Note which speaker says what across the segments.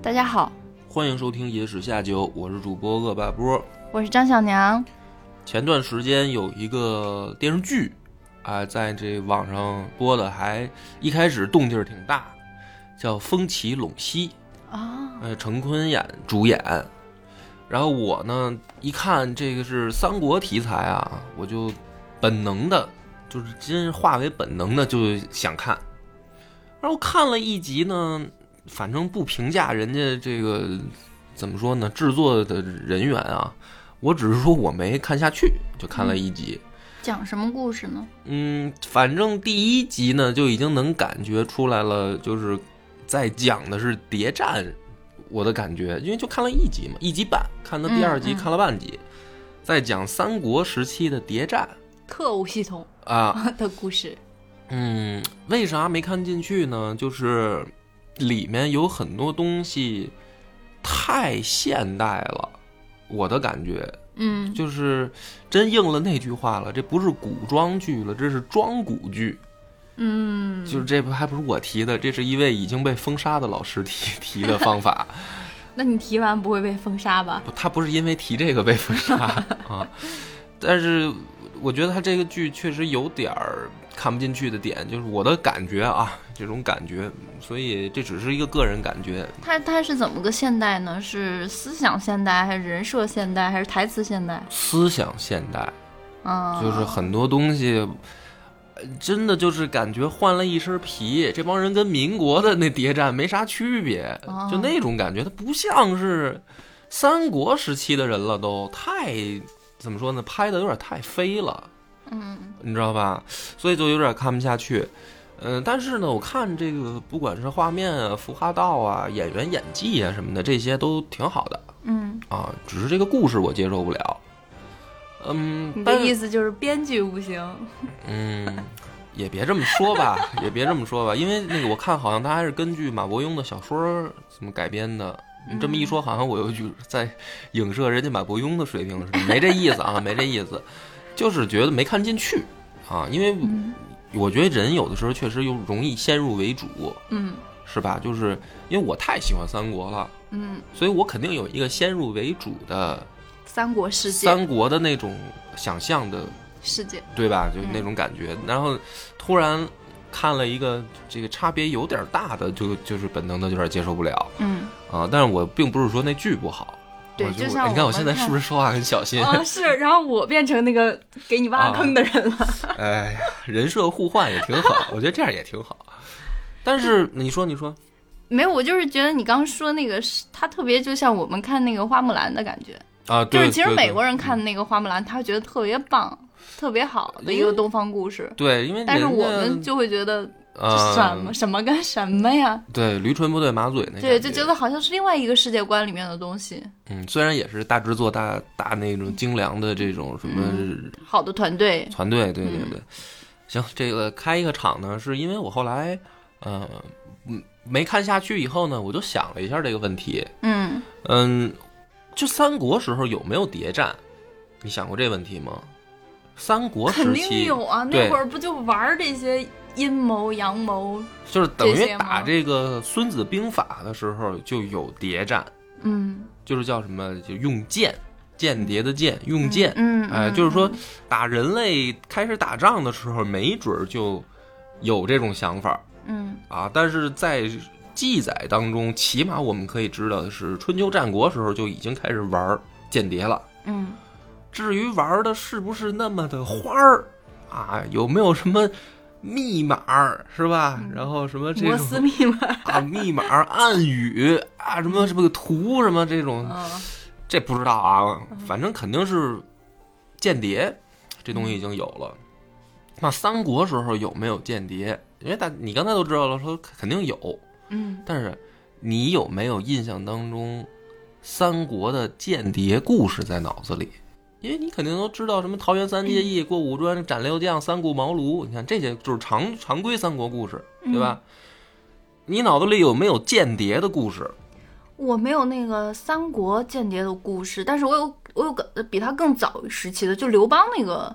Speaker 1: 大家好，
Speaker 2: 欢迎收听《野史下酒》，我是主播恶霸波，
Speaker 1: 我是张小娘。
Speaker 2: 前段时间有一个电视剧在这网上播的，还一开始动静挺大，叫《风起陇西》陈坤主演。然后我呢一看这个是三国题材啊，我就本能的，就是真化为本能的就想看。然后看了一集呢，反正不评价人家这个怎么说呢，制作的人员啊，我只是说我没看下去，就看了一集。
Speaker 1: 讲什么故事呢？
Speaker 2: 反正第一集呢就已经能感觉出来了，就是在讲的是谍战，我的感觉，因为就看了一集嘛，一集半，看到第二集看了半集，在讲三国时期的谍战
Speaker 1: 特务系统的故事。
Speaker 2: 为啥没看进去呢？就是里面有很多东西太现代了，我的感觉，就是真应了那句话了，这不是古装剧了，这是装古剧。就是这还不是我提的，这是一位已经被封杀的老师提的方法。
Speaker 1: 那你提完不会被封杀吧？
Speaker 2: 他不是因为提这个被封杀啊，但是我觉得他这个剧确实有点看不进去的点，就是我的感觉啊，这种感觉，所以这只是一个个人感觉。
Speaker 1: 他是怎么个现代呢？是思想现代，还是人设现代，还是台词现代？
Speaker 2: 思想现代，就是很多东西真的就是感觉换了一身皮，这帮人跟民国的那谍战没啥区别，就那种感觉，它不像是三国时期的人了，都太怎么说呢，拍的有点太飞了，你知道吧？所以就有点看不下去。但是呢，我看这个不管是画面啊、服化道啊、演员演技啊什么的，这些都挺好的。只是这个故事我接受不了。
Speaker 1: 你的意思就是编剧不行？
Speaker 2: 也别这么说吧，也别这么说吧，因为那个我看好像他还是根据马伯庸的小说怎么改编的。你这么一说，好像我又在影射人家马伯庸的水平似的，没这意思啊，没这意思，就是觉得没看进去啊，因为我觉得人有的时候确实又容易先入为主，是吧？就是因为我太喜欢三国了，所以我肯定有一个先入为主的
Speaker 1: 三国世界，
Speaker 2: 三国的那种想象的
Speaker 1: 世界，
Speaker 2: 对吧？就那种感觉，然后突然看了一个这个差别有点大的，就是本能的有点接受不了。但是我并不是说那剧不好。
Speaker 1: 对，就像
Speaker 2: 你看我现在是不是说话很小心？
Speaker 1: 是，然后我变成那个给你挖坑的人了。
Speaker 2: 哎呀，人设互换也挺好，我觉得这样也挺好。但是你说，
Speaker 1: 没有，我就是觉得你刚刚说那个，它特别就像我们看那个花木兰的感觉。
Speaker 2: 对，
Speaker 1: 就是其实美国人看那个花木兰，他觉得特别棒、特别好的一个东方故事。
Speaker 2: 对，因为
Speaker 1: 但是我们就会觉得什么跟什么呀？
Speaker 2: 对，驴唇不对马嘴那。
Speaker 1: 对，就觉得好像是另外一个世界观里面的东西。
Speaker 2: 虽然也是大制作、大那种精良的这种什么
Speaker 1: 好的团队，对。
Speaker 2: 行，这个开一个场呢，是因为我后来没看下去以后呢，我就想了一下这个问题。就三国时候有没有谍战？你想过这问题吗？三国时期
Speaker 1: 肯定有啊，那会儿不就玩这些阴谋阳谋，
Speaker 2: 就是等于打这个孙子兵法的时候就有谍战。就是叫什么，就用剑，间谍的剑，用剑。就是说打人类开始打仗的时候，没准就有这种想法。但是在记载当中，起码我们可以知道的是，春秋战国时候就已经开始玩间谍了。至于玩的是不是那么的花儿有没有什么密码是吧？然后什么这种
Speaker 1: 摩斯密码
Speaker 2: 密码暗语什么图什么这种，这不知道啊。反正肯定是间谍这东西已经有了。那三国时候有没有间谍？因为你刚才都知道了，说肯定有。但是你有没有印象当中三国的间谍故事在脑子里？因为你肯定都知道什么桃园三结义、过五关斩六将、三顾茅庐，你看这些就是常规三国故事，对吧？你脑子里有没有间谍的故事？
Speaker 1: 我没有那个三国间谍的故事，但是我有个比他更早时期的，就刘邦那个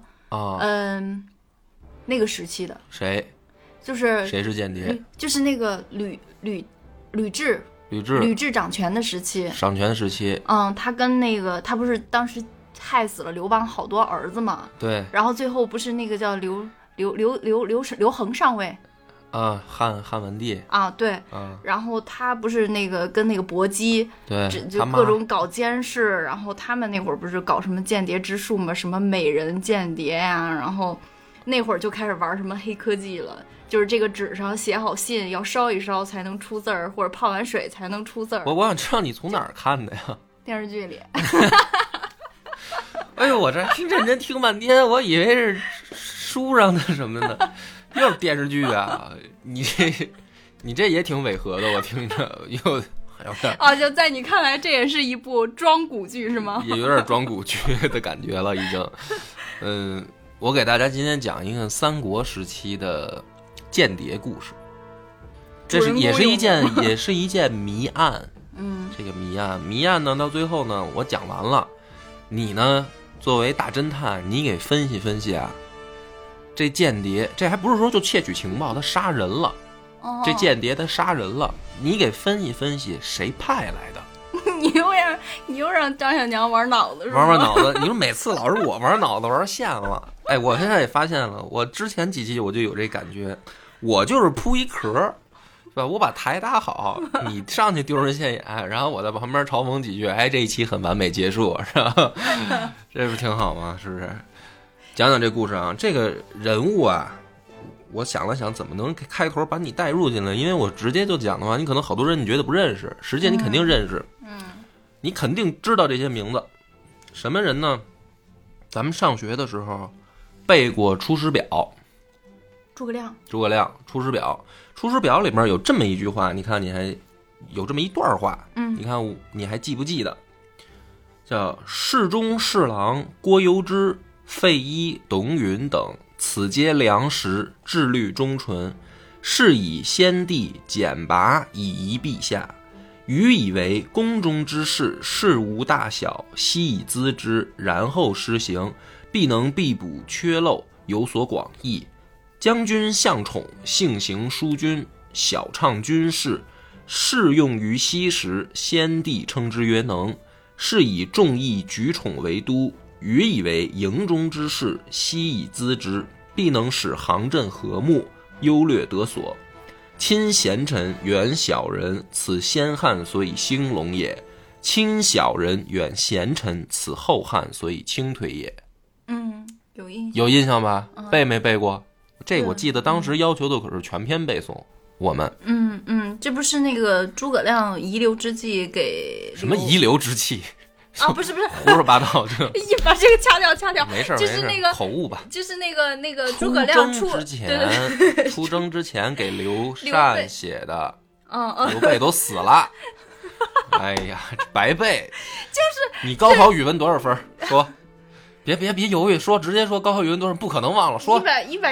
Speaker 1: 那个时期的。
Speaker 2: 谁？
Speaker 1: 就是
Speaker 2: 谁是间谍？
Speaker 1: 就是那个吕雉
Speaker 2: 吕
Speaker 1: 雉掌权的时期。
Speaker 2: 他
Speaker 1: 跟那个他不是当时害死了刘邦好多儿子嘛？
Speaker 2: 对。
Speaker 1: 然后最后不是那个叫刘恒上位。
Speaker 2: 汉文帝
Speaker 1: 对，然后他不是那个跟那个薄姬，
Speaker 2: 对，
Speaker 1: 就各种搞监视，然后他们那会儿不是搞什么间谍之术嘛，什么美人间谍呀，然后那会儿就开始玩什么黑科技了，就是这个纸上写好信要烧一烧才能出字儿，或者泡完水才能出字儿。
Speaker 2: 我想知道你从哪儿看的呀？
Speaker 1: 电视剧里。
Speaker 2: 哎呦，我这认真听半天，我以为是书上的什么呢？又是电视剧啊！你这也挺违和的，我听着又
Speaker 1: 就在你看来，这也是一部装古剧是吗？
Speaker 2: 也有点装古剧的感觉了，已经。我给大家今天讲一个三国时期的间谍故事，也是一件谜案。这个谜案呢，到最后呢，我讲完了，你呢作为大侦探，你给分析分析啊。这间谍，这还不是说就窃取情报，他杀人了。这间谍他杀人了，你给分析分析谁派来的？
Speaker 1: 你又让张小娘玩脑子是吧？
Speaker 2: 玩脑子，你说每次老是我玩脑子玩线了。哎，我现在也发现了，我之前几期我就有这感觉，我就是铺一壳，是吧？我把台打好，你上去丢人现眼，然后我在旁边嘲讽几句，哎，这一期很完美结束，是吧？这不是挺好吗？是不是？讲讲这故事啊，这个人物啊，我想了想，怎么能开头把你带入进来？因为我直接就讲的话，你可能好多人你觉得不认识，实际你肯定认识，你肯定知道这些名字。什么人呢？咱们上学的时候背过《出师表》，
Speaker 1: 诸葛亮
Speaker 2: 《出师表》，《出师表》里面有这么一句话，你看你还有这么一段话，你看你还记不记得？叫侍中侍郎郭攸之、费祎、董允等，此皆良实，志虑忠纯，是以先帝简拔以遗陛下。余以为宫中之事，事无大小，悉以咨之，然后施行，必能必补缺漏，有所广益。将军向宠，性行淑君，晓畅军事，适用于西时，先帝称之曰能。是以众议举宠为都，余以为营中之事，悉以咨之，必能使行阵和睦，优劣得所。亲贤臣，远小人，此先汉所以兴隆也；亲小人，远贤臣，此后汉所以倾颓也。
Speaker 1: 有印象
Speaker 2: 吧？背没背过？这我记得当时要求的可是全篇背诵。我们
Speaker 1: 这不是那个诸葛亮遗留之际给
Speaker 2: 什么遗留之际
Speaker 1: 不是
Speaker 2: 胡说八道这
Speaker 1: 把这个掐掉，
Speaker 2: 没事，
Speaker 1: 就是那个
Speaker 2: 口误吧，
Speaker 1: 就是那个诸葛亮
Speaker 2: 出征之前给刘禅写的，刘备都死了，哎呀，白背，
Speaker 1: 就是
Speaker 2: 你高考语文多少分？说，别犹豫，说直接说高考语文多少，不可能忘了，说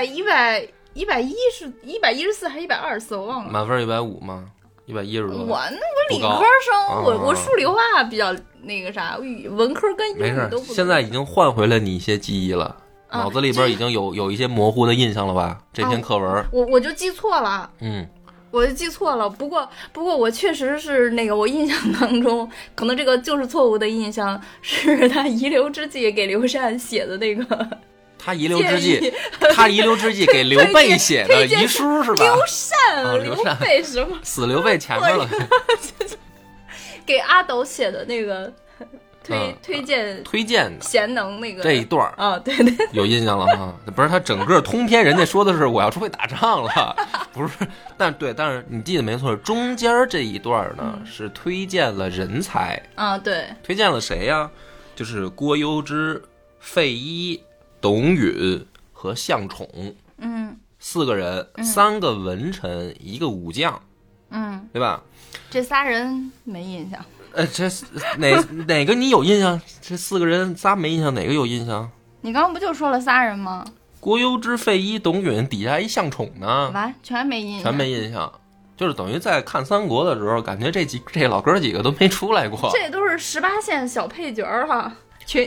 Speaker 1: 114还是124，我忘了。
Speaker 2: 满分150吗？110多。
Speaker 1: 我理科生，我数理化比较那个啥，文科跟英语都不。
Speaker 2: 现在已经换回了你一些记忆了，脑子里边已经有一些模糊的印象了吧？这篇课文，
Speaker 1: 我就记错了。我就记错了。不过我确实是那个，我印象当中，可能这个就是错误的印象，是他遗留之际给刘禅写的那个。
Speaker 2: 他遗留之际给刘备写的遗书是吧？
Speaker 1: 刘备什么？
Speaker 2: 死刘备前面了。
Speaker 1: 给阿斗写的那个推荐贤能那个
Speaker 2: 这一段
Speaker 1: 对，
Speaker 2: 有印象了吗？不是，他整个通篇人家说的是我要出去打仗了，不是？但是你记得没错，中间这一段呢是推荐了人才
Speaker 1: 对，
Speaker 2: 推荐了谁呀？就是郭攸之、费祎、董允和向宠，4个人，3个文臣，1个武将，对吧？
Speaker 1: 这仨人没印象。
Speaker 2: 这哪个你有印象？这4个人仨没印象，哪个有印象？
Speaker 1: 你刚刚不就说了仨人吗？
Speaker 2: 郭攸之、费祎、董允，底下一向宠呢，
Speaker 1: 完全没印象，
Speaker 2: 就是等于在看三国的时候，感觉这老哥几个都没出来过，
Speaker 1: 这都是18线小配角了。群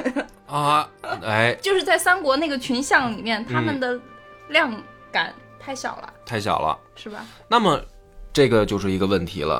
Speaker 1: 就是在三国那个群像里面，他们的量感太小了，
Speaker 2: 是吧？
Speaker 1: 那
Speaker 2: 么这个就是一个问题了，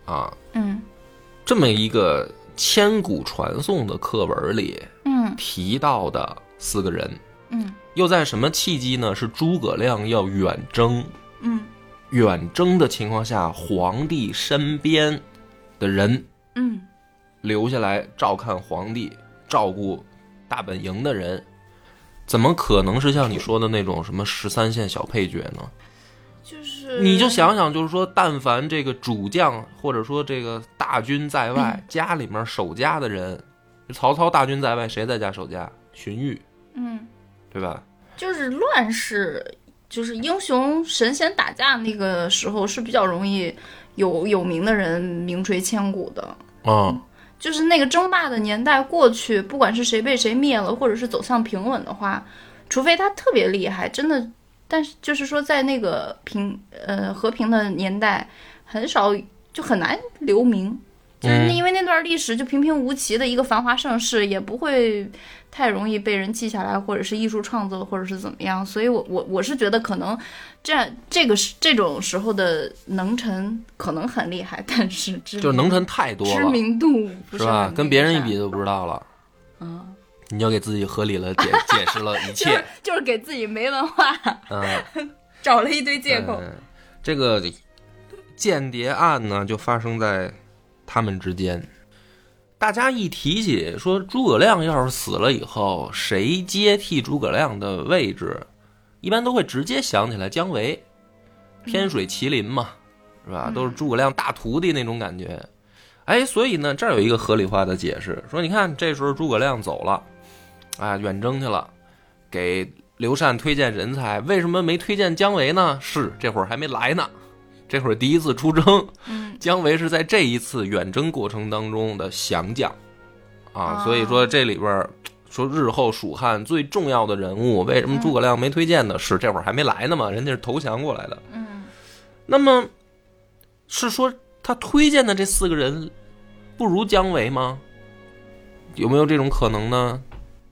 Speaker 2: 啊，这么一个千古传颂的课文里，提到的4个人，又在什么契机呢？是诸葛亮要远征，远征的情况下，皇帝身边的人，留下来照看皇帝，照顾大本营的人，怎么可能是像你说的那种什么13线小配角呢？就是你就想想，就是说，但凡这个主将或者说这个大军在外，家里面守家的人，曹操大军在外，谁在家守家？荀彧，对吧？
Speaker 1: 就是乱世，就是英雄神仙打架那个时候是比较容易有名的人名垂千古的。就是那个争霸的年代过去，不管是谁被谁灭了，或者是走向平稳的话，除非他特别厉害，真的。但是就是说，在那个和平的年代，很少就很难留名，就是因为那段历史就平平无奇的一个繁华盛世，也不会太容易被人记下来，或者是艺术创作，或者是怎么样。所以我是觉得可能这种时候的能臣可能很厉害，但是
Speaker 2: 就是能臣太多了，
Speaker 1: 知名度不
Speaker 2: 是吧？跟别人一比就不知道了。你就给自己合理了解释了一切，
Speaker 1: 就是给自己没文化，找了一堆借口。
Speaker 2: 这个间谍案呢，就发生在他们之间。大家一提起说诸葛亮要是死了以后，谁接替诸葛亮的位置，一般都会直接想起来姜维，天水麒麟嘛，是吧？都是诸葛亮大徒弟那种感觉。所以呢，这儿有一个合理化的解释，说你看这时候诸葛亮走了。远征去了，给刘禅推荐人才，为什么没推荐姜维呢？是这会儿还没来呢，这会儿第一次出征，姜维是在这一次远征过程当中的降将所以说这里边说日后蜀汉最重要的人物，为什么诸葛亮没推荐呢？是这会儿还没来呢嘛，人家是投降过来的。那么是说他推荐的这4个人不如姜维吗？有没有这种可能呢？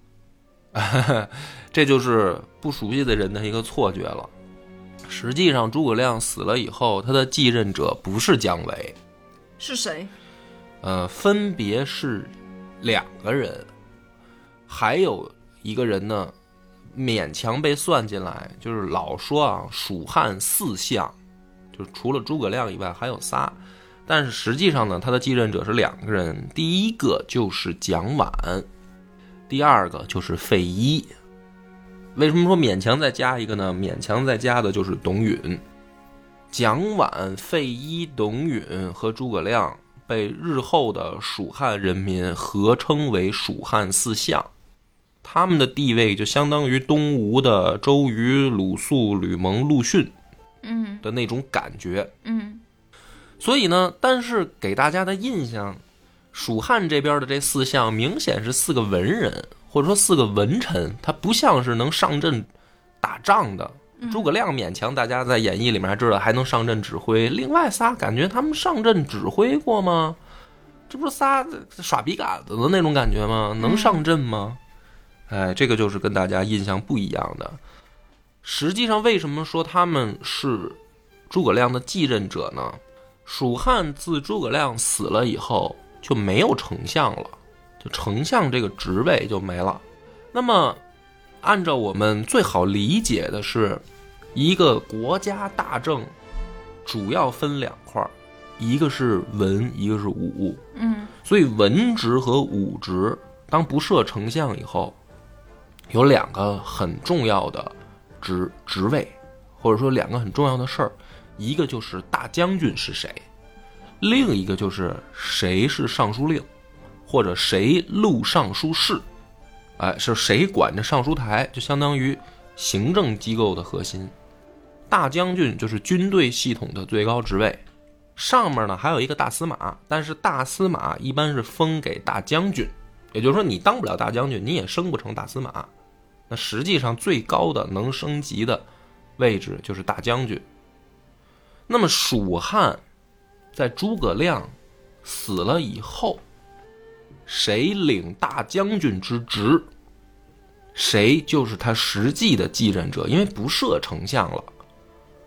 Speaker 2: 这就是不熟悉的人的一个错觉了。实际上诸葛亮死了以后，他的继任者不是姜维，
Speaker 1: 是谁？
Speaker 2: 分别是2个人，还有一个人呢勉强被算进来，就是老说蜀汉4相，就是除了诸葛亮以外还有仨，但是实际上呢他的继任者是2个人，第一个就是蒋琬，第二个就是费祎。为什么说勉强再加一个呢？勉强再加的就是董允。蒋琬、费祎、董允和诸葛亮被日后的蜀汉人民合称为蜀汉4相，他们的地位就相当于东吴的周瑜、鲁肃、吕蒙、陆逊的那种感觉。所以呢，但是给大家的印象，蜀汉这边的这4相明显是4个文人，或者说4个文臣，他不像是能上阵打仗的。诸葛亮勉强大家在演义里面还知道还能上阵指挥，另外仨感觉他们上阵指挥过吗？这不是仨耍笔杆子的那种感觉吗？能上阵吗？这个就是跟大家印象不一样的。实际上为什么说他们是诸葛亮的继任者呢？蜀汉自诸葛亮死了以后就没有丞相了，就丞相这个职位就没了。那么按照我们最好理解的是，一个国家大政主要分2块，一个是文，一个是武。所以文职和武职当不设丞相以后，有2个很重要的职位，或者说2个很重要的事儿，一个就是大将军是谁，另一个就是谁是尚书令，或者谁录尚书事。是谁管着尚书台，就相当于行政机构的核心。大将军就是军队系统的最高职位，上面呢还有一个大司马，但是大司马一般是封给大将军，也就是说你当不了大将军，你也升不成大司马。那实际上最高的能升级的位置就是大将军。那么蜀汉在诸葛亮死了以后，谁领大将军之职，谁就是他实际的继任者，因为不设丞相了。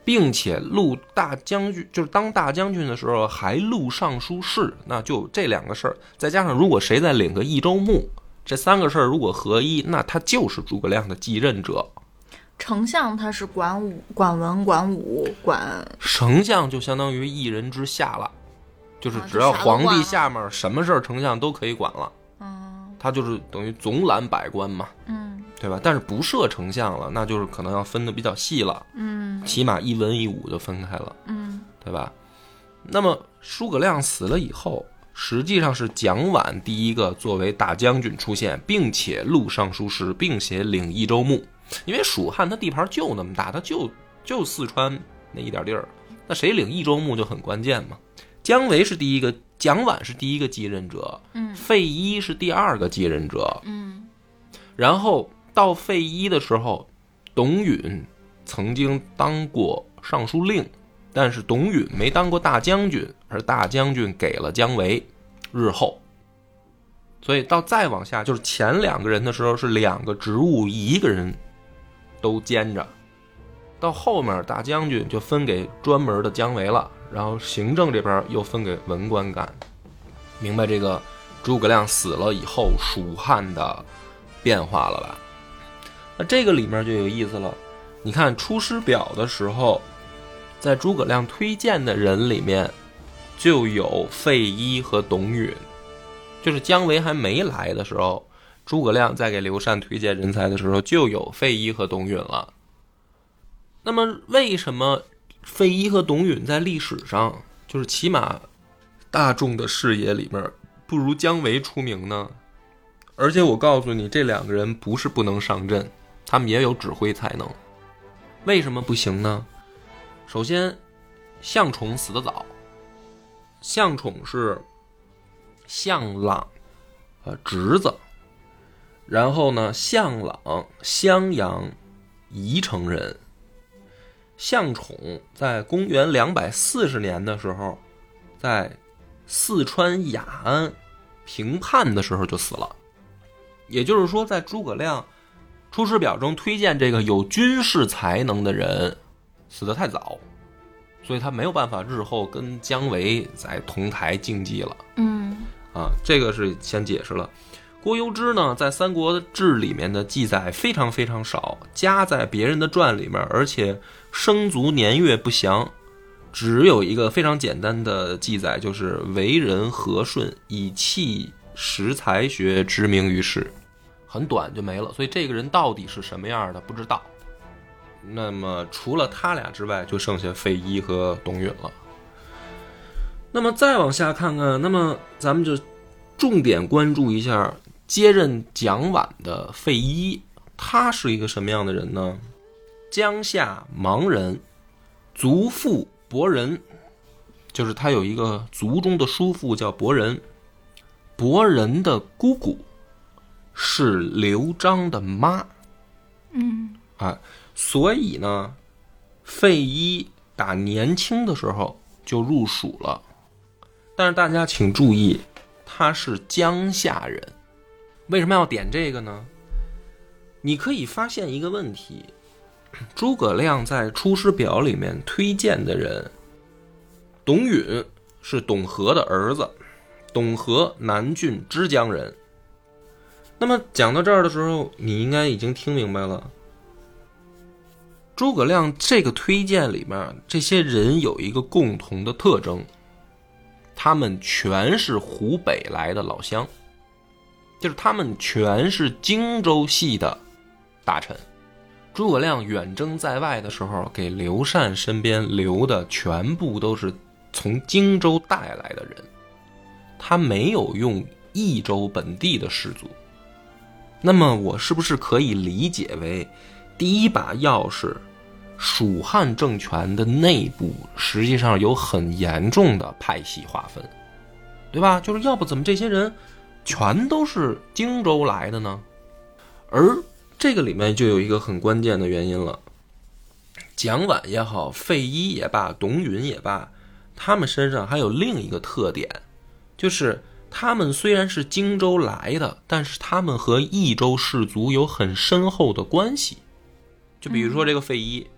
Speaker 2: 并且录大将军，就是当大将军的时候还录尚书事，那就这两个事儿，再加上如果谁再领个益州牧，这3个事儿如果合一，那他就是诸葛亮的继任者。
Speaker 1: 丞相他是管文管武管，
Speaker 2: 丞相就相当于一人之下了，就是只要皇帝下面什么事儿丞相都可以管了。他就是等于总揽百官嘛，对吧？但是不设丞相了，那就是可能要分得比较细了，起码一文一武就分开了，对吧？那么诸葛亮死了以后，实际上是蒋琬第一个作为大将军出现，并且录尚书事，并且领益州牧。因为蜀汉他地盘就那么大，他就四川那一点地儿，那谁领益州牧就很关键嘛。姜维是第一个，蒋琬是第一个继任者，费祎是第2个继任者，然后到费祎的时候，董允曾经当过尚书令，但是董允没当过大将军，而大将军给了姜维日后。所以到再往下，就是前2个人的时候是2个职务1个人都兼着，到后面大将军就分给专门的姜维了，然后行政这边又分给文官干。明白这个诸葛亮死了以后蜀汉的变化了吧？那这个里面就有意思了。你看《出师表》的时候，在诸葛亮推荐的人里面就有费祎和董允，就是姜维还没来的时候，诸葛亮在给刘禅推荐人才的时候就有费祎和董允了。那么为什么费祎和董允在历史上，就是起码大众的视野里面不如姜维出名呢？而且我告诉你，这2个人不是不能上阵，他们也有指挥才能。为什么不行呢？首先，项宠死得早，项宠是项朗侄子，然后呢，项朗襄阳宜城人。项宠在公元240年的时候，在四川雅安平叛的时候就死了。也就是说，在诸葛亮出师表中推荐这个有军事才能的人死得太早，所以他没有办法日后跟姜维在同台竞技了。这个是先解释了。郭攸之呢，在《三国志》里面的记载非常非常少，加在别人的传里面，而且生卒年月不详，只有一个非常简单的记载，就是为人和顺，以器识才学知名于世，很短就没了。所以这个人到底是什么样的不知道。那么除了他俩之外，就剩下费祎和董允了。那么再往下看看，那么咱们就重点关注一下接任蒋琬的费祎，他是一个什么样的人呢？江夏芒人，族父伯仁，就是他有一个族中的叔父叫伯仁，伯仁的姑姑是刘璋的妈。所以呢，费祎打年轻的时候就入蜀了。但是大家请注意，他是江夏人。为什么要点这个呢？你可以发现一个问题，诸葛亮在《出师表》里面推荐的人，董允是董和的儿子，董和南郡枝江人。那么讲到这儿的时候，你应该已经听明白了，诸葛亮这个推荐里面，这些人有一个共同的特征，他们全是湖北来的老乡，就是他们全是荆州系的大臣。诸葛亮远征在外的时候，给刘禅身边留的全部都是从荆州带来的人，他没有用益州本地的士族。那么我是不是可以理解为，第一把钥匙，蜀汉政权的内部实际上有很严重的派系划分，对吧？就是要不怎么这些人全都是荆州来的呢？而这个里面就有一个很关键的原因了，蒋琬也好，费祎也罢，董允也罢，他们身上还有另一个特点，就是他们虽然是荆州来的，但是他们和益州士族有很深厚的关系。就比如说这个费祎，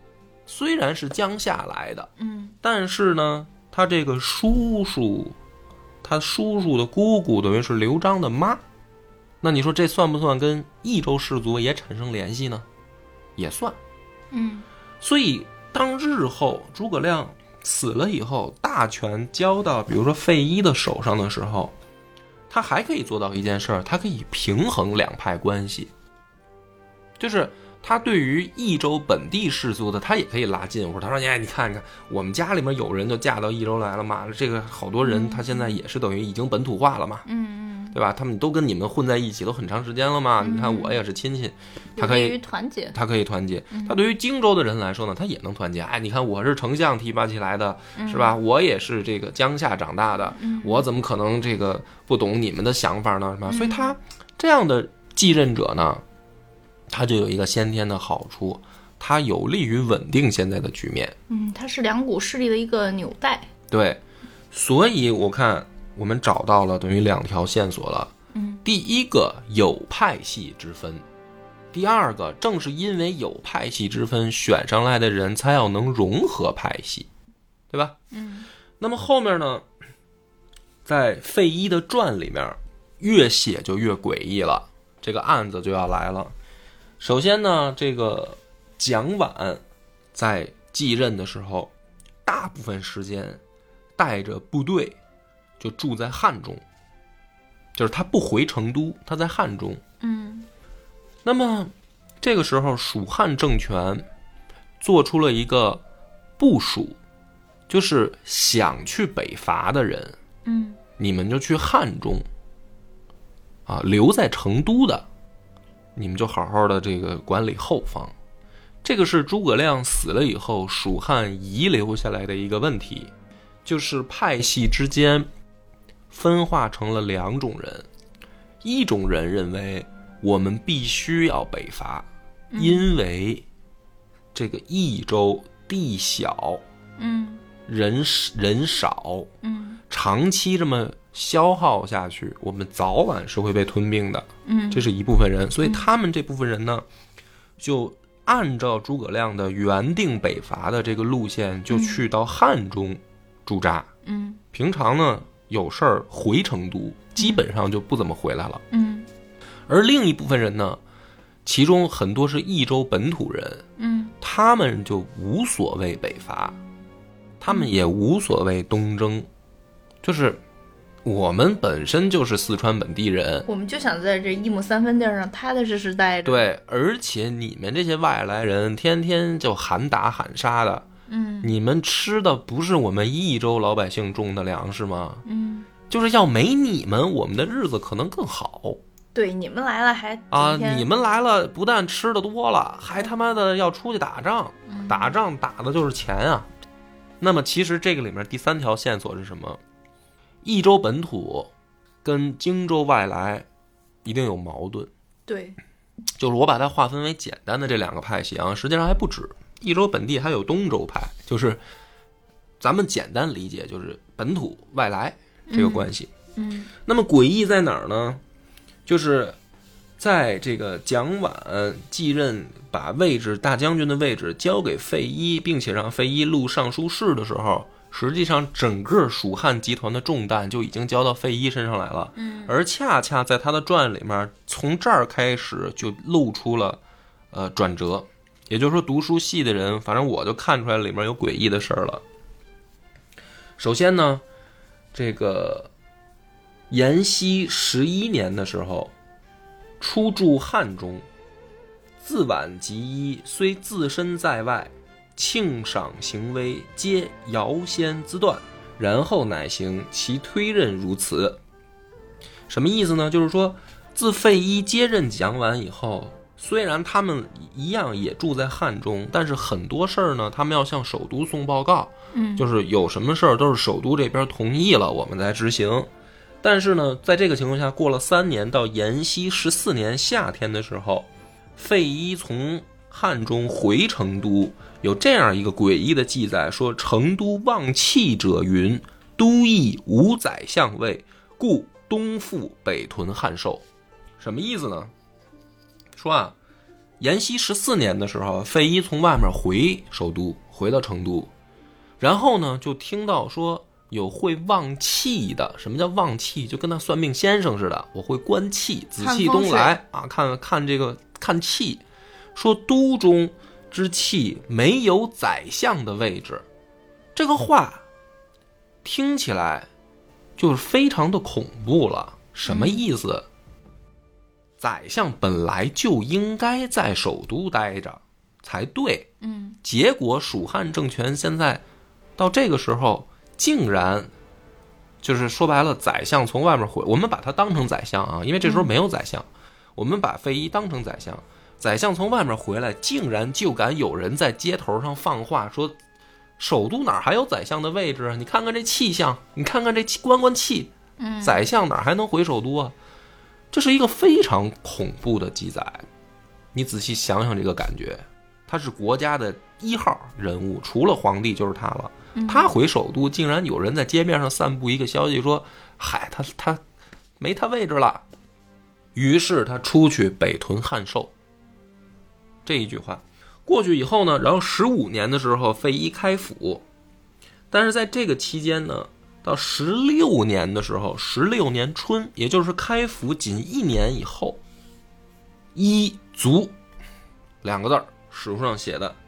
Speaker 2: 虽然是江夏来的，但是呢，他这个叔叔的姑姑等于是刘璋的妈，那你说这算不算跟益州氏族也产生联系呢？也算。所以当日后诸葛亮死了以后，大权交到比如说费祎的手上的时候，他还可以做到一件事儿，他可以平衡两派关系，就是他对于益州本地氏族的，他也可以拉近乎。他说：“你看看，我们家里面有人就嫁到益州来了嘛，这个好多人他现在也是等于已经本土化了嘛，对吧？他们都跟你们混在一起都很长时间了嘛。你看我也是亲戚，他可以
Speaker 1: 团结，
Speaker 2: 他可以团结。他对于荆州的人来说呢，他也能团结。你看我是丞相提拔起来的，是吧？我也是这个江夏长大的，我怎么可能这个不懂你们的想法呢？是吧？所以他这样的继任者呢，它就有一个先天的好处，它有利于稳定现在的局面。
Speaker 1: 它是两股势力的一个纽带。
Speaker 2: 对，所以我看我们找到了等于两条线索了。第一个有派系之分，第二个正是因为有派系之分，选上来的人才要能融合派系，对吧？那么后面呢，在费祎的传里面，越写就越诡异了，这个案子就要来了。首先呢，这个蒋琬在继任的时候，大部分时间带着部队就住在汉中，就是他不回成都，他在汉中。那么这个时候蜀汉政权做出了一个部署，就是想去北伐的人，你们就去汉中留在成都的你们就好好的这个管理后方。这个是诸葛亮死了以后蜀汉遗留下来的一个问题，就是派系之间分化成了两种人。一种人认为我们必须要北伐，因为这个益州地小，人少，长期这么消耗下去，我们早晚是会被吞并的。这是一部分人，所以他们这部分人呢，就按照诸葛亮的原定北伐的这个路线，就去到汉中驻扎。平常呢有事儿回成都，基本上就不怎么回来了。而另一部分人呢，其中很多是益州本土人，他们就无所谓北伐，他们也无所谓东征，就是我们本身就是四川本地人，
Speaker 1: 我们就想在这一亩三分地上踏踏实实待着。
Speaker 2: 对，而且你们这些外来人天天就喊打喊杀的，你们吃的不是我们益州老百姓种的粮食吗？就是要没你们，我们的日子可能更好。
Speaker 1: 对，你们来了还
Speaker 2: 你们来了不但吃的多了，还他妈的要出去打仗，打仗打的就是钱啊。那么其实这个里面第三条线索是什么？益州本土跟荆州外来一定有矛盾。
Speaker 1: 对，
Speaker 2: 就是我把它划分为简单的这两个派系啊，实际上还不止。益州本地还有东州派，就是咱们简单理解就是本土外来这个关系。那么诡异在哪儿呢？就是在这个蒋琬继任，把大将军的位置交给费祎，并且让费祎录尚书事的时候，实际上整个蜀汉集团的重担就已经交到费祎身上来了。而恰恰在他的传里面，从这儿开始就露出了转折。也就是说读书细的人，反正我就看出来里面有诡异的事儿了。首先呢，这个延熙11年的时候，初驻汉中，自晚及衣，虽自身在外，庆赏行威，皆遥先自断，然后乃行其推任如此。什么意思呢？就是说自费祎接任蒋琬以后，虽然他们一样也住在汉中，但是很多事儿呢，他们要向首都送报告，就是有什么事儿都是首都这边同意了，我们再执行。但是呢，在这个情况下，过了3年，到延熙14年夏天的时候，费祎从汉中回成都，有这样一个诡异的记载，说成都望气者云，都邑无宰相位，故东附北屯汉寿。什么意思呢？说延熙14年的时候，费祎从外面回首都，回到成都，然后呢就听到说有会望气的。什么叫望气？就跟那算命先生似的，我会观气，紫气东来啊，看这个看气，说都中之气没有宰相的位置。这个话听起来就是非常的恐怖了。什么意思？宰相本来就应该在首都待着才对，结果蜀汉政权现在到这个时候竟然就是说白了，宰相从外面回，我们把他当成宰相啊，因为这时候没有宰相，我们把费祎当成宰相，宰相从外面回来，竟然就敢有人在街头上放话说首都哪还有宰相的位置啊？你看看这气象，你看看这观气，宰相哪还能回首都啊？这是一个非常恐怖的记载。你仔细想想这个感觉，他是国家的1号人物，除了皇帝就是他了。他回首都，竟然有人在街面上散布一个消息说，嗨，他没他位置了。于是他出去北屯汉寿。这一句话过去以后呢，然后15年的时候费祎开府，但是在这个期间呢，到16年的时候，16年春，也就是开府仅1年以后，祎卒2个字，史书上写的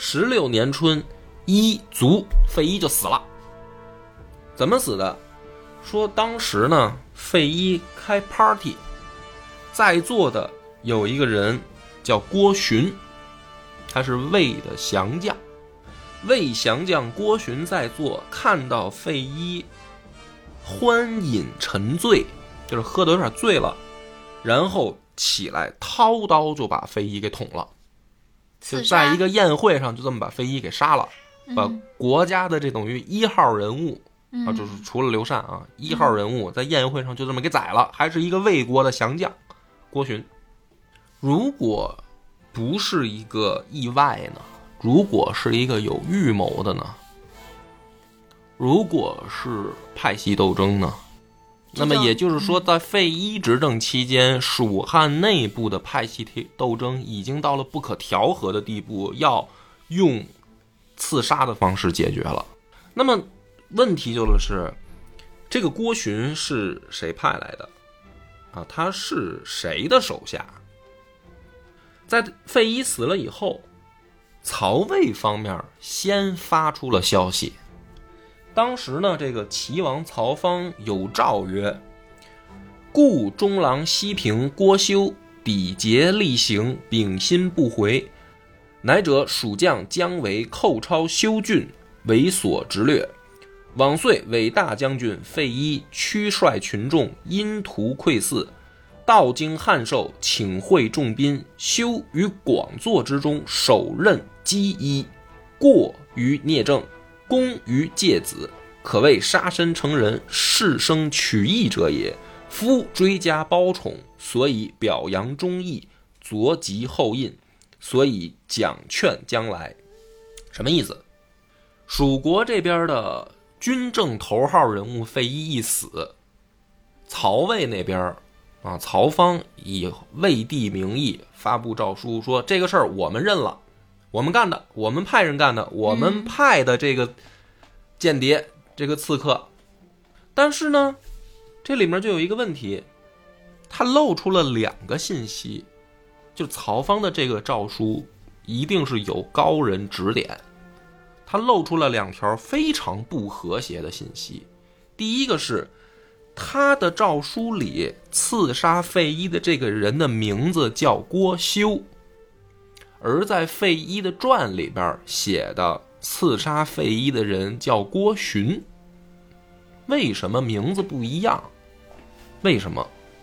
Speaker 2: 16年春祎卒，费祎就死了。怎么死的？说当时呢，费祎开 party， 在座的有一个人叫郭循，他是魏的降将。魏降将郭循在座，看到费祎欢饮沉醉，就是喝得有点醉了，然后起来掏刀就把费祎给捅了，就在一个宴会上就这么把费祎给杀了，把国家的这等于1号人物啊，就是除了刘禅啊，1号人物在宴会上就这么给宰了，还是一个魏国的降将郭循。如果不是一个意外呢？如果是一个有预谋的呢？如果是派系斗争呢？那么也就是说，在费祎执政期间，蜀汉内部的派系斗争已经到了不可调和的地步，要用刺杀的方式解决了。那么问题就是这个郭循是谁派来的啊？他是谁的手下？在费祎死了以后，曹魏方面先发出了消息。当时呢，这个齐王曹芳有诏曰：故中郎西平郭修抵节厉行，秉心不回，乃者蜀将将为寇超修郡，为所直略。往岁伪大将军费祎驱率群众，因图窥伺，到经汉寿，请会众宾，修于广作之中，首任击祎，过于聂政，功于介子，可谓杀身成仁，士生取义者也。夫追加褒宠，所以表扬忠义，佐及后印，所以奖劝将来。什么意思？蜀国这边的军政头号人物费祎一死，曹魏那边啊，曹芳以魏帝名义发布诏书，说这个事儿我们认了，我们干的，我们派人干的，我们派的这个间谍，这个刺客。但是呢，这里面就有一个问题，他露出了2个信息，就曹芳的这个诏书一定是有高人指点，他露出了2条非常不和谐的信息。第一个是他的诏书里刺杀费祎的这个人的名字叫郭修，而在费祎的传里边写的刺杀费祎的人叫郭循。为什么名字不一样？为什么？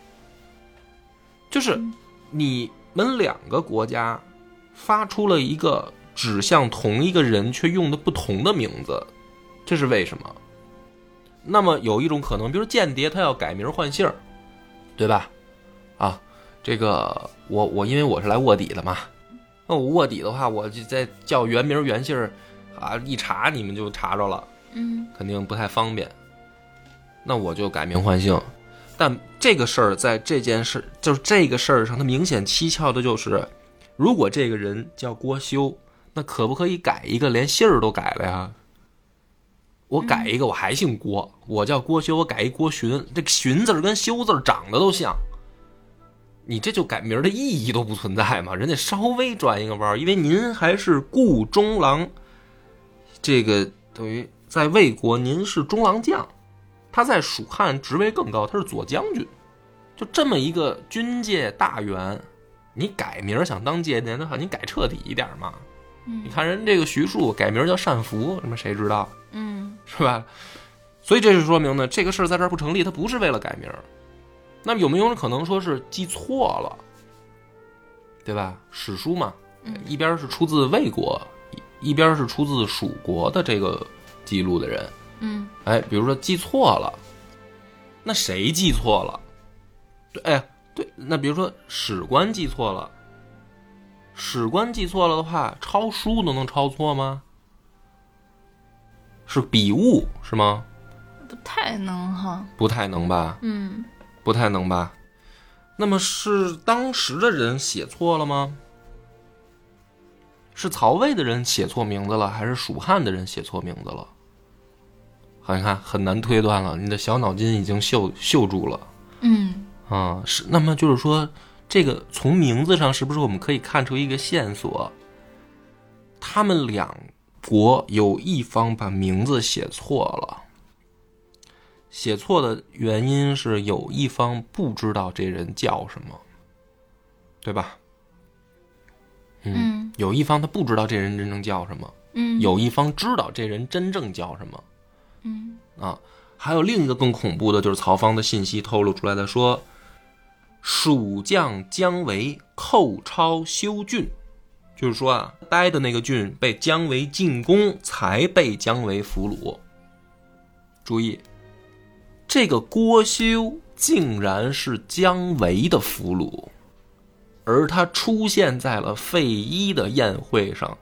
Speaker 2: 就是你们2个国家发出了一个指向同一个人却用的不同的名字，这是为什么？那么有一种可能，比如间谍他要改名换姓，对吧？啊，这个我因为我是来卧底的嘛，那我卧底的话，我就再叫原名原姓啊，一查你们就查着了，肯定不太方便。那我就改名换姓。但这个事儿在这件事，就是这个事儿上，它明显蹊跷的就是如果这个人叫郭修，那可不可以改一个连姓儿都改了呀？我改一个，我还姓郭，我叫郭修，我改一郭荀，这个荀字跟修字长得都像，你这就改名的意义都不存在嘛？人家稍微转一个弯，因为您还是顾中郎，这个等于在魏国您是中郎将，他在蜀汉职位更高，他是左将军，就这么一个军界大员，你改名想当间谍的话，你改彻底一点嘛。你看人这个徐庶改名叫单福，什么谁知道？是吧？所以这是说明呢，这个事儿在这儿不成立，他不是为了改名。那么有没有可能说是记错了，对吧？史书嘛，一边是出自魏国，一边是出自蜀国的这个记录的人，比如说记错了，那谁记错了？对，那比如说史官记错了，史官记错了的话，抄书都能抄错吗？是笔误是吗？
Speaker 1: 不太能哈，
Speaker 2: 不太能吧？不太能吧？那么是当时的人写错了吗？是曹魏的人写错名字了，还是蜀汉的人写错名字了？好，你看很难推断了，你的小脑筋已经锈住了。是。那么就是说，这个从名字上是不是我们可以看出一个线索？他们两国有一方把名字写错了，写错的原因是有一方不知道这人叫什么，对吧？有一方他不知道这人真正叫什么，有一方知道这人真正叫什么。还有另一个更恐怖的，就是曹芳的信息透露出来的，说蜀将姜维寇超修郡，就是说待的那个郡被姜维进攻，才被姜维俘虏。注意，这个郭修竟然是姜维的俘虏，而他出现在了费祎的宴会上。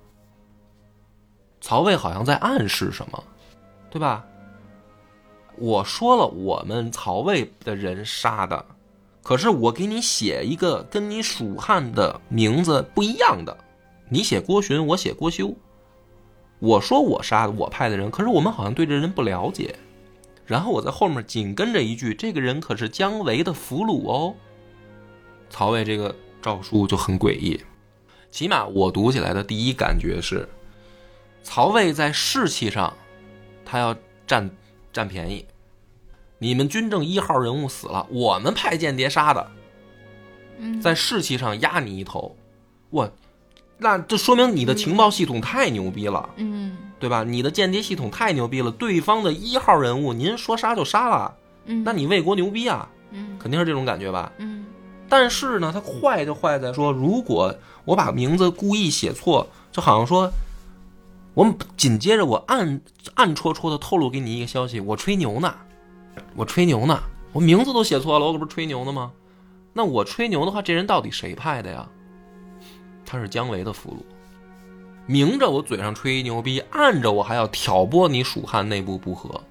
Speaker 2: 曹魏好像在暗示什么，对吧？我说了我们曹魏的人杀的，可是我给你写一个跟你蜀汉的名字不一样的，你写郭荀，我写郭修。我说我杀的，我派的人，可是我们好像对这人不了解。然后我在后面紧跟着一句，这个人可是姜维的俘虏哦。曹魏这个诏书就很诡异，起码我读起来的第一感觉是，曹魏在士气上他要占便宜，你们军政1号人物死了，我们派间谍杀的，在士气上压你一头。那这说明你的情报系统太牛逼了，对吧？你的间谍系统太牛逼了，对方的1号人物您说杀就杀了，那你魏国牛逼啊，肯定是这种感觉吧。但是呢，他坏就坏在说，如果我把名字故意写错，就好像说我紧接着我暗戳戳的透露给你一个消息，我吹牛呢，我名字都写错了，我可不是吹牛呢吗？那我吹牛的话，这人到底谁派的呀？他是姜维的俘虏，明着我嘴上吹牛逼，暗着我还要挑拨你蜀汉内部不和。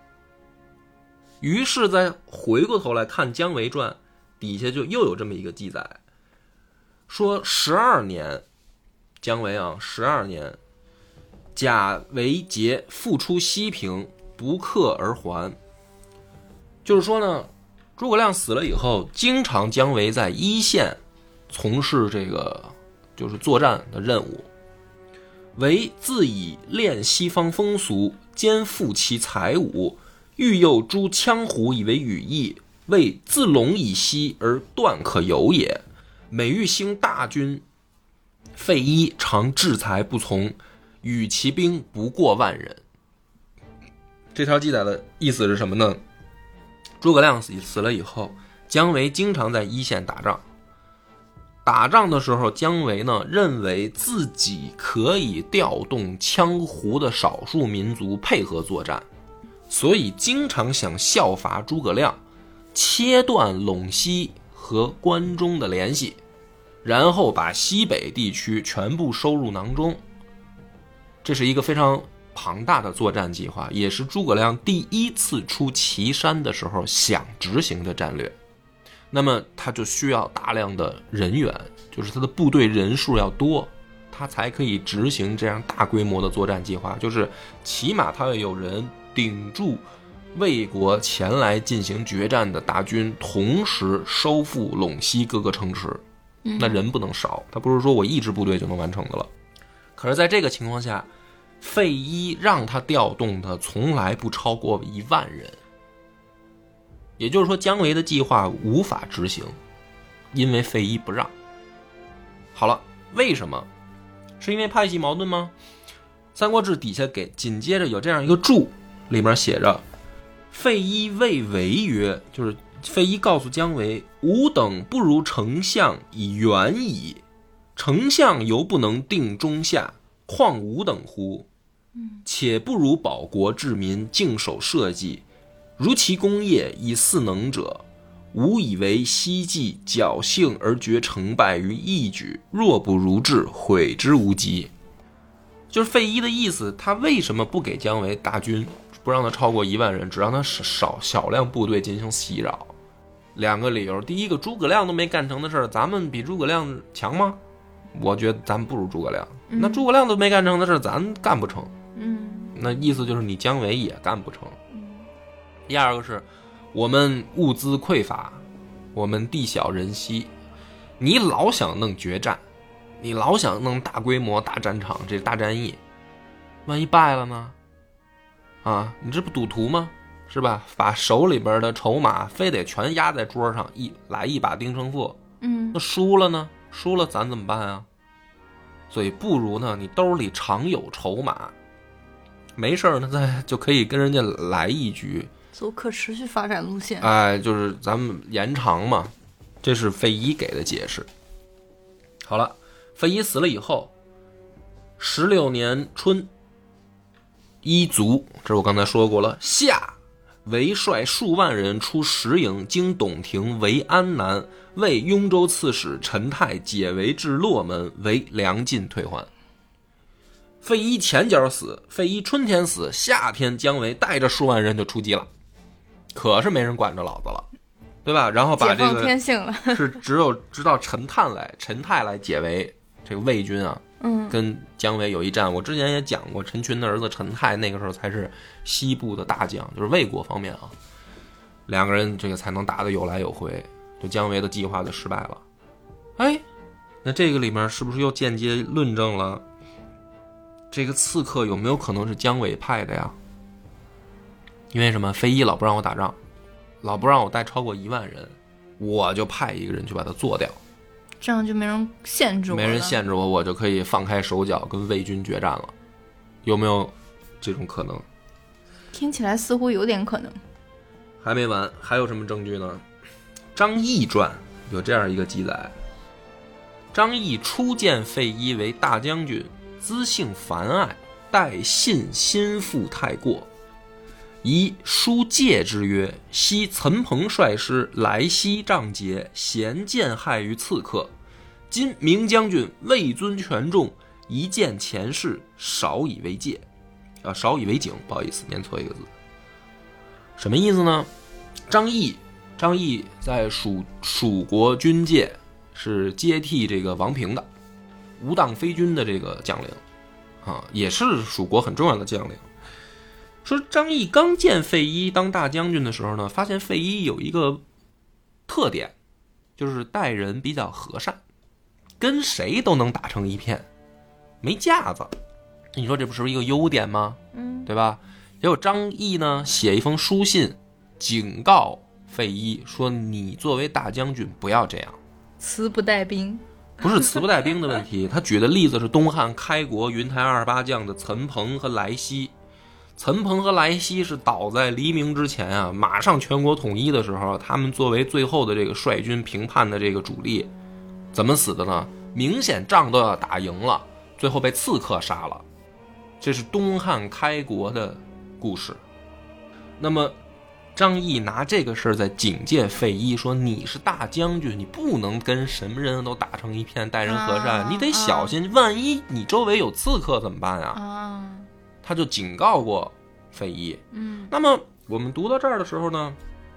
Speaker 2: 于是再回过头来看姜维传，底下就又有这么一个记载，说12年，姜维12年，贾维节复出西平，不克而还。就是说呢，诸葛亮死了以后，经常姜维在一线从事这个就是作战的任务，为自以练西方风俗，兼复其才武，欲诱诸羌胡以为羽翼，为自陇以西而断可有也。每欲兴大军，费祎常制裁不从，与其兵不过万人。这条记载的意思是什么呢？诸葛亮死了以后，姜维经常在一线打仗。打仗的时候，姜维呢认为自己可以调动羌胡的少数民族配合作战，所以经常想效法诸葛亮，切断陇西和关中的联系，然后把西北地区全部收入囊中。这是一个非常庞大的作战计划，也是诸葛亮第一次出祁山的时候想执行的战略。 那么他就需要大量的人员，就是他的部队人数要多，他才可以执行这样大规模的作战计划，就是起码他要有人顶住魏国前来进行决战的大军，同时收复陇西各个城池，那人不能少，他不是说我一支部队就能完成的了。可是在这个情况下，费祎让他调动的从来不超过10000人，也就是说姜维的计划无法执行，因为费祎不让。好了，为什么？是因为派系矛盾吗？三国志底下紧接着有这样一个注，里面写着费祎谓维曰，就是费祎告诉姜维，吾等不如丞相以远矣，丞相犹不能定中下，况吾等乎？且不如保国治民，静守社稷，如其功业以嗣能者，吾以为希冀侥幸而决成败于一举，若不如至，悔之无及。就是费祎的意思，他为什么不给姜维大军，不让他超过10000人，只让他小量部队进行袭扰？2个理由。第一个，诸葛亮都没干成的事儿，咱们比诸葛亮强吗？我觉得咱不如诸葛亮。那诸葛亮都没干成的事儿，咱干不成。那意思就是你姜维也干不成。第二个是我们物资匮乏，我们地小人稀，你老想弄决战，你老想弄大规模大战场，这大战役，万一败了呢？你这不赌徒吗？是吧？把手里边的筹码非得全压在桌上，来一把定胜负。那输了呢？输了咱怎么办啊？所以不如呢，你兜里常有筹码，没事呢，就可以跟人家来一局，
Speaker 1: 走可持续发展路线。
Speaker 2: 就是咱们延长嘛，这是费祎给的解释。好了，费祎死了以后，16年春，伊卒，这是我刚才说过了。夏，为率数万人出石营，经董庭为安南，为雍州刺史陈泰解围至洛门，为梁晋退还。费祎前脚死，费祎春天死，夏天姜维带着数万人就出击了，可是没人管着老子了，对吧？然后把这个
Speaker 1: 天性了
Speaker 2: 是直到陈泰来解围，这个魏军啊，跟姜维有一战。我之前也讲过，陈群的儿子陈泰那个时候才是西部的大将，就是魏国方面啊，两个人这个才能打得有来有回，就姜维的计划就失败了。那这个里面是不是又间接论证了这个刺客有没有可能是姜维派的呀？因为什么？费祎老不让我打仗，老不让我带超过10000人，我就派一个人去把他做掉，
Speaker 1: 这样就没人限制我了，
Speaker 2: 没人限制我，我就可以放开手脚跟魏军决战了。有没有这种可能？
Speaker 1: 听起来似乎有点可能。
Speaker 2: 还没完，还有什么证据呢？张翼传有这样一个记载：张翼初见费祎为大将军，资性繁爱，待信心腹太过，以书戒之曰：昔岑彭率师来西仗节，咸见害于刺客，今明将军位尊权重，一见前事，少以为戒。少以为警，不好意思，念错一个字。什么意思呢？张翼在蜀国军界是接替这个王平的无党非军的这个将领也是蜀国很重要的将领。说张翼刚见费祎当大将军的时候呢，发现费祎有一个特点，就是待人比较和善，跟谁都能打成一片，没架子。你说这不是一个优点吗？对吧？结果张翼呢写一封书信警告费祎说，你作为大将军不要这样，
Speaker 1: 词不带兵。
Speaker 2: 不是词不带兵的问题，他举的例子是东汉开国云台28将的岑彭和来西。岑彭和来西是倒在黎明之前啊，马上全国统一的时候，他们作为最后的这个率军平叛的这个主力，怎么死的呢？明显仗都要打赢了，最后被刺客杀了。这是东汉开国的故事。那么张翼拿这个事儿在警戒费祎说，你是大将军，你不能跟什么人都打成一片，待人和善，你得小心，万一你周围有刺客怎么办啊？他就警告过费祎。那么我们读到这儿的时候呢，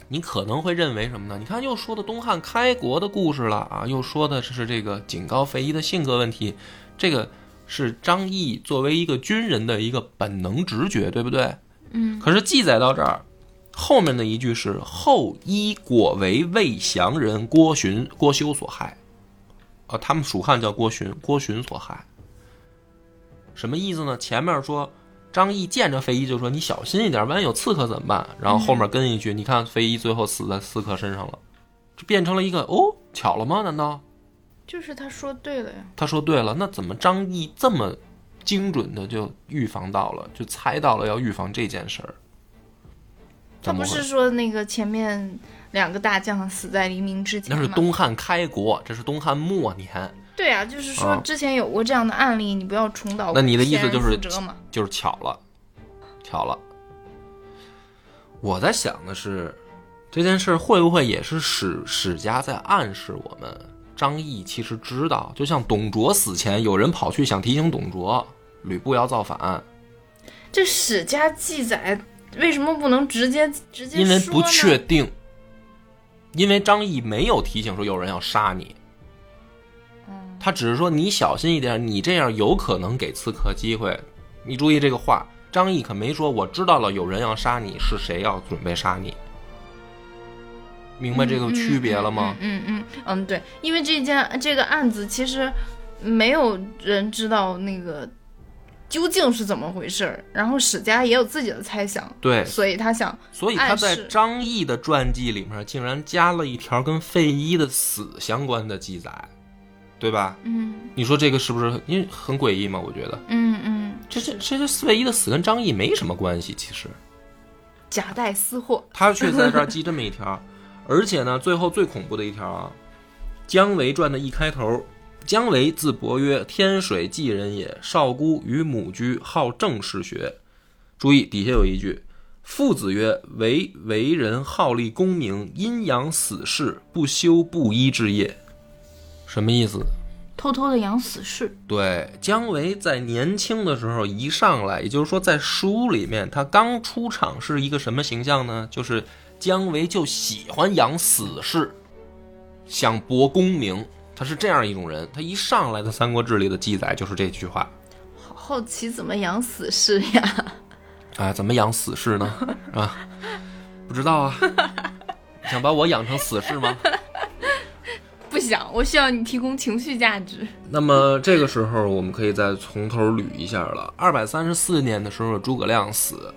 Speaker 2: 你可能会认为什么呢？你看又说的东汉开国的故事了啊，又说的是这个警告费祎的性格问题，这个是张毅作为一个军人的一个本能直觉，对不对？可是记载到这儿，后面的一句是后祎果为魏降人郭修所害。他们蜀汉叫郭循所害。什么意思呢？前面说张毅见着费祎就说你小心一点，万一有刺客怎么办？然后后面跟一句，你看费祎最后死在刺客身上了，就变成了一个巧了吗？难道
Speaker 1: 就是他说对了呀？
Speaker 2: 他说对了，那怎么张毅这么精准的就预防到了，就猜到了要预防这件事儿？
Speaker 1: 他不是说那个前面2个大将死在黎明之前吗？
Speaker 2: 那是东汉开国，这是东汉末年。
Speaker 1: 对啊，就是说之前有过这样的案例，你不要重蹈。
Speaker 2: 那你的意思就是巧了。我在想的是，这件事会不会也是史家在暗示我们，张毅其实知道，就像董卓死前有人跑去想提醒董卓吕布要造反。
Speaker 1: 这史家记载为什么不能直接说呢？
Speaker 2: 因为不确定，因为张毅没有提醒说有人要杀你。他只是说你小心一点，你这样有可能给刺客机会。你注意这个话，张毅可没说我知道了有人要杀你，是谁要准备杀你。明白这个区别了吗？
Speaker 1: 对，因为这个案子其实没有人知道那个究竟是怎么回事，然后史家也有自己的猜想，
Speaker 2: 对，
Speaker 1: 所以他
Speaker 2: 在张毅的传记里面竟然加了一条跟费祎的死相关的记载，对吧？你说这个是不是因为很诡异吗？我觉得，这费祎的死跟张毅没什么关系，其实
Speaker 1: 夹带私货，
Speaker 2: 他却在这儿记这么一条，而且呢，最后最恐怖的一条啊，姜维传的一开头。姜维字伯约，天水济人也，少孤与母居，好政事学。注意底下有一句，父子曰：为人好立功名，阴阳死士，不修布衣之业。什么意思？
Speaker 1: 偷偷的养死士。对，
Speaker 2: 姜维在年轻的时候一上来，也就是说在书里面他刚出场是一个什么形象呢？就是姜维就喜欢养死士，想博功名，他是这样一种人。他一上来的《三国志》里的记载就是这句话。
Speaker 1: 好好奇怎么养死士呀？
Speaker 2: 怎么养死士呢？不知道啊。想把我养成死士吗？
Speaker 1: 不想，我需要你提供情绪价值。
Speaker 2: 那么这个时候我们可以再从头捋一下了。234年的时候诸葛亮死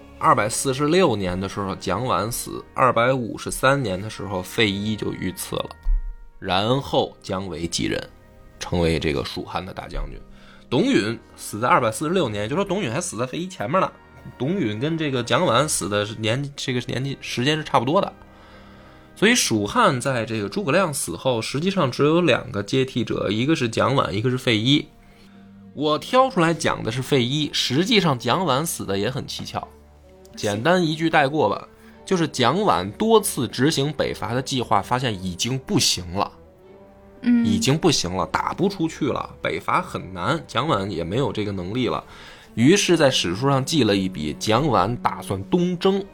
Speaker 2: ，246年的时候蒋琬死，253年的时候费祎就遇刺了，然后姜维继任，成为这个蜀汉的大将军。董允死在246年，也就是说董允还死在费祎前面呢。董允跟这个蒋琬死的这个年纪时间是差不多的。所以蜀汉在这个诸葛亮死后，实际上只有2个接替者，一个是蒋琬，一个是费祎。我挑出来讲的是费祎，实际上蒋琬死的也很蹊跷。简单一句带过吧，就是蒋琬多次执行北伐的计划，发现已经不行了，已经不行了，打不出去了，北伐很难，蒋琬也没有这个能力了。于是在史书上记了一笔，蒋琬打算东征。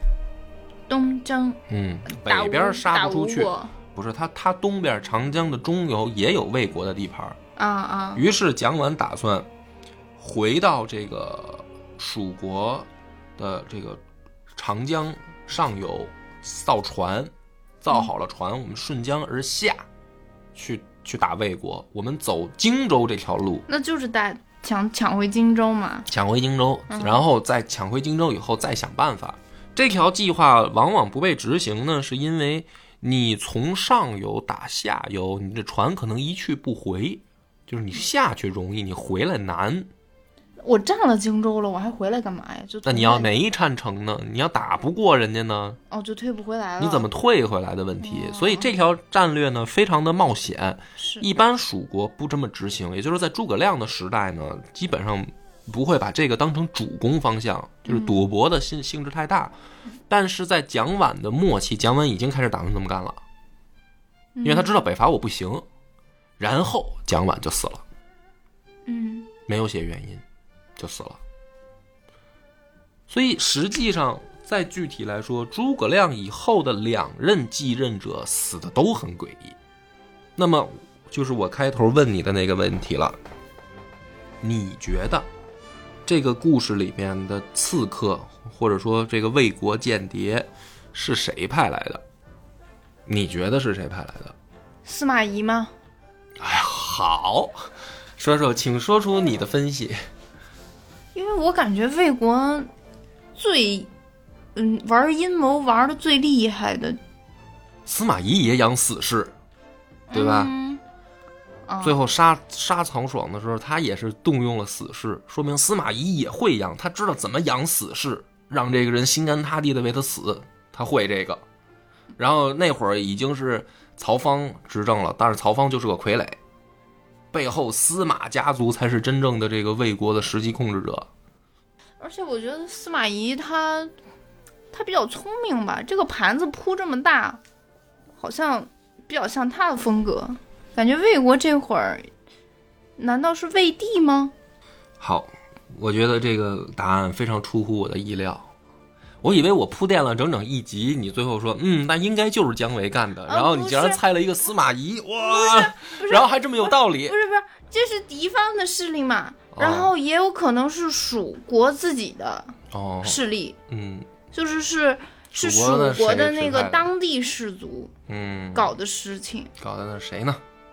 Speaker 2: 北边杀不出去，不是他东边长江的中游也有魏国的地盘于是蒋琬打算回到这个蜀国的这个长江上游造船，造好了船，我们顺江而下去打魏国，我们走荆州这条路，
Speaker 1: 那就是抢回荆州嘛，
Speaker 2: 抢回荆州，然后再抢回荆州以后再想办法。这条计划往往不被执行呢，是因为你从上游打下游，你这船可能一去不回，就是你下去容易，你回来难。
Speaker 1: 我占了荆州了，我还回来干嘛呀？
Speaker 2: 那你要没占成呢？你要打不过人家呢？
Speaker 1: 就退不回来了。
Speaker 2: 你怎么退回来的问题？所以这条战略呢，非常的冒险。一般蜀国不这么执行，也就是在诸葛亮的时代呢，基本上不会把这个当成主攻方向，就是赌博的性质太大。但是在蒋琬的末期，蒋琬已经开始打算这么干了，因为他知道北伐我不行，然后蒋琬就死了，没有写原因就死了。所以实际上再具体来说，诸葛亮以后的2任继任者死的都很诡异。那么就是我开头问你的那个问题了，你觉得这个故事里面的刺客，或者说这个魏国间谍是谁派来的？你觉得是谁派来的？
Speaker 1: 司马懿吗？
Speaker 2: 哎，好，请说出你的分析。
Speaker 1: 因为我感觉魏国最玩阴谋玩的最厉害的，
Speaker 2: 司马懿也养死士，对吧？最后杀曹爽的时候，他也是动用了死士，说明司马懿也会养，他知道怎么养死士，让这个人心甘塌地的为他死，他会这个。然后那会儿已经是曹芳执政了，但是曹芳就是个傀儡，背后司马家族才是真正的这个魏国的实际控制者。
Speaker 1: 而且我觉得司马懿他比较聪明吧，这个盘子铺这么大，好像比较像他的风格。感觉魏国这会儿，难道是魏帝吗？
Speaker 2: 好，我觉得这个答案非常出乎我的意料。我以为我铺垫了整整1集，你最后说那应该就是姜维干的，然后你竟然猜了一个司马懿，哇，然后还这么有道理。
Speaker 1: 不是，这是敌方的势力嘛，然后也有可能是蜀国自己的势力，就是是蜀国的那个当地氏族搞的事情。
Speaker 2: 搞的那谁呢？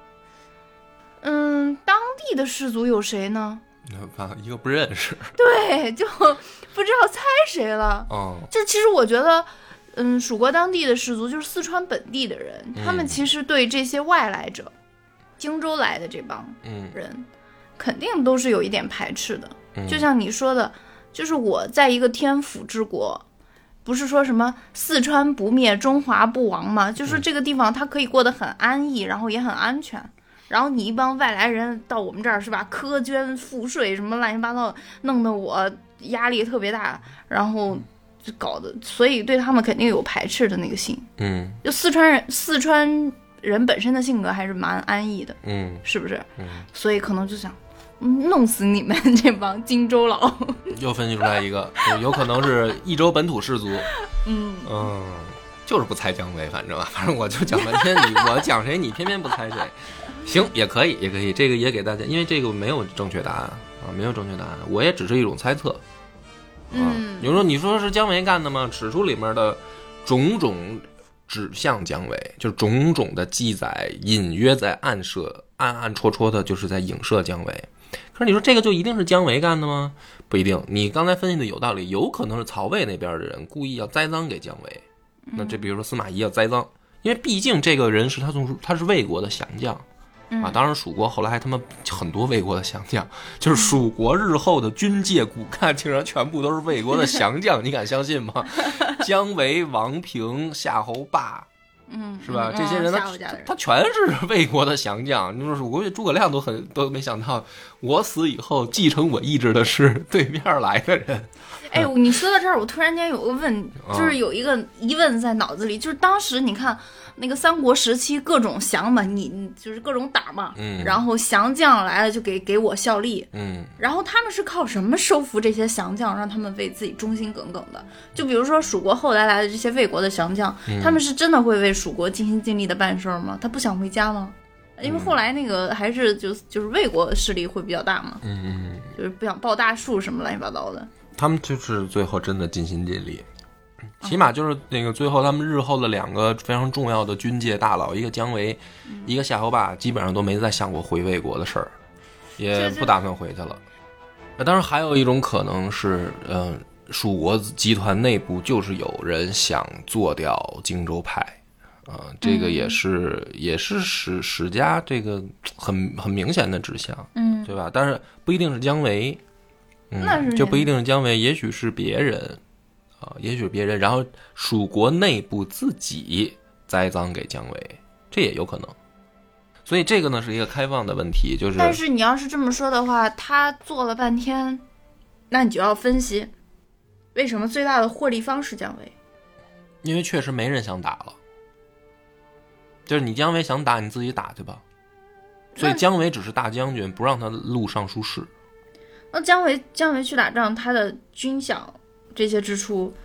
Speaker 1: 当地的氏族有谁呢？
Speaker 2: 一个不认识，
Speaker 1: 对，就不知道猜谁了。就其实我觉得，蜀国当地的氏族就是四川本地的人，他们其实对这些外来者，荆州来的这帮人，肯定都是有一点排斥的。就像你说的，就是我在一个天府之国，不是说什么四川不灭，中华不亡吗？就是这个地方它可以过得很安逸，然后也很安全。然后你一帮外来人到我们这儿是吧，苛捐赋税什么乱七八糟，弄得我压力特别大，然后就搞得，所以对他们肯定有排斥的那个心。就四川人本身的性格还是蛮安逸的，是不是？所以可能就想弄死你们这帮荆州佬。
Speaker 2: 又分析出来一个，有可能是益州本土氏族。就是不猜姜维，反正我就讲半天，我讲谁你偏偏不猜谁。行，也可以，这个也给大家，因为这个没有正确答案没有正确答案，我也只是一种猜测。你说是姜维干的吗？史书里面的种种指向姜维，就是种种的记载，隐约在暗戳戳的，就是在影射姜维。可是你说这个就一定是姜维干的吗？不一定。你刚才分析的有道理，有可能是曹魏那边的人故意要栽赃给姜维。那这比如说司马懿要栽赃，因为毕竟这个人是他是魏国的降将当然蜀国后来还他妈很多魏国的降将，就是蜀国日后的军界骨干竟然全部都是魏国的降将，你敢相信吗？姜维、王平、夏侯霸，是吧？这些人他全是魏国的降将。就是我估计诸葛亮都没想到，我死以后继承我意志的是对面来的人。
Speaker 1: 你说到这儿，我突然间有个就是有一个疑问在脑子里，就是当时你看那个三国时期各种降嘛，你就是各种打嘛，然后降将来了就给我效力，然后他们是靠什么收服这些降将，让他们为自己忠心耿耿的？就比如说蜀国后来的这些魏国的降将，他们是真的会为蜀国尽心尽力的办事吗？他不想回家吗？因为后来那个还是就是魏国势力会比较大嘛，就是不想抱大树什么乱七八糟的。
Speaker 2: 他们就是最后真的尽心尽力，起码就是那个最后他们日后的2个非常重要的军界大佬，一个姜维，一个夏侯霸，基本上都没再想过回魏国的事儿，也不打算回去了。当然还有一种可能是，蜀国集团内部就是有人想做掉荆州派，这个也是史家这个很明显的指向，对吧？但是不一定是姜维。就不一定是姜维，也许是别人也许是别人，然后蜀国内部自己栽赃给姜维，这也有可能。所以这个呢是一个开放的问题，就是
Speaker 1: 但是你要是这么说的话，他做了半天，那你就要分析为什么最大的获利方是姜维，
Speaker 2: 因为确实没人想打了，就是你姜维想打你自己打去吧，所以姜维只是大将军，不让他录尚书事。
Speaker 1: 那姜维去打仗，他的军饷这些支出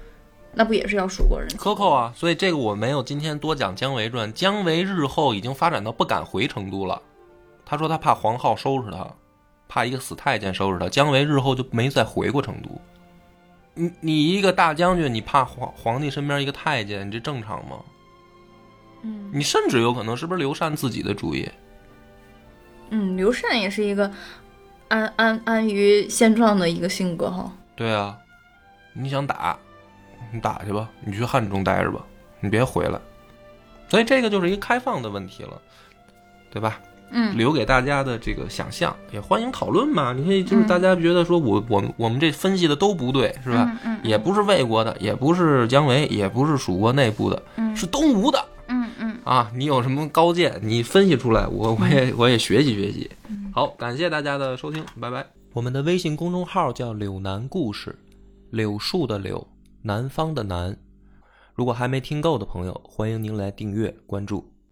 Speaker 1: 那不也是要蜀国人
Speaker 2: 克扣啊。所以这个我没有今天多讲姜维传。姜维日后已经发展到不敢回成都了，他说他怕黄皓收拾他，怕一个死太监收拾他。姜维日后就没再回过成都。你一个大将军，你怕皇帝身边一个太监，你这正常吗？你甚至有可能是不是刘禅自己的主意？
Speaker 1: 刘禅也是一个安于现状的一个性格哈。
Speaker 2: 对啊，你想打，你打去吧，你去汉中待着吧，你别回来。所以这个就是一个开放的问题了，对吧？留给大家的这个想象，也欢迎讨论嘛。你可以就是大家觉得说我们这分析的都不对，是吧？也不是魏国的，也不是姜维，也不是蜀国内部的，是东吴的。啊，你有什么高见，你分析出来，我也学习学习。好，感谢大家的收听，拜拜。我们的微信公众号叫柳南故事，柳树的柳，南方的南。如果还没听够的朋友，欢迎您来订阅关注。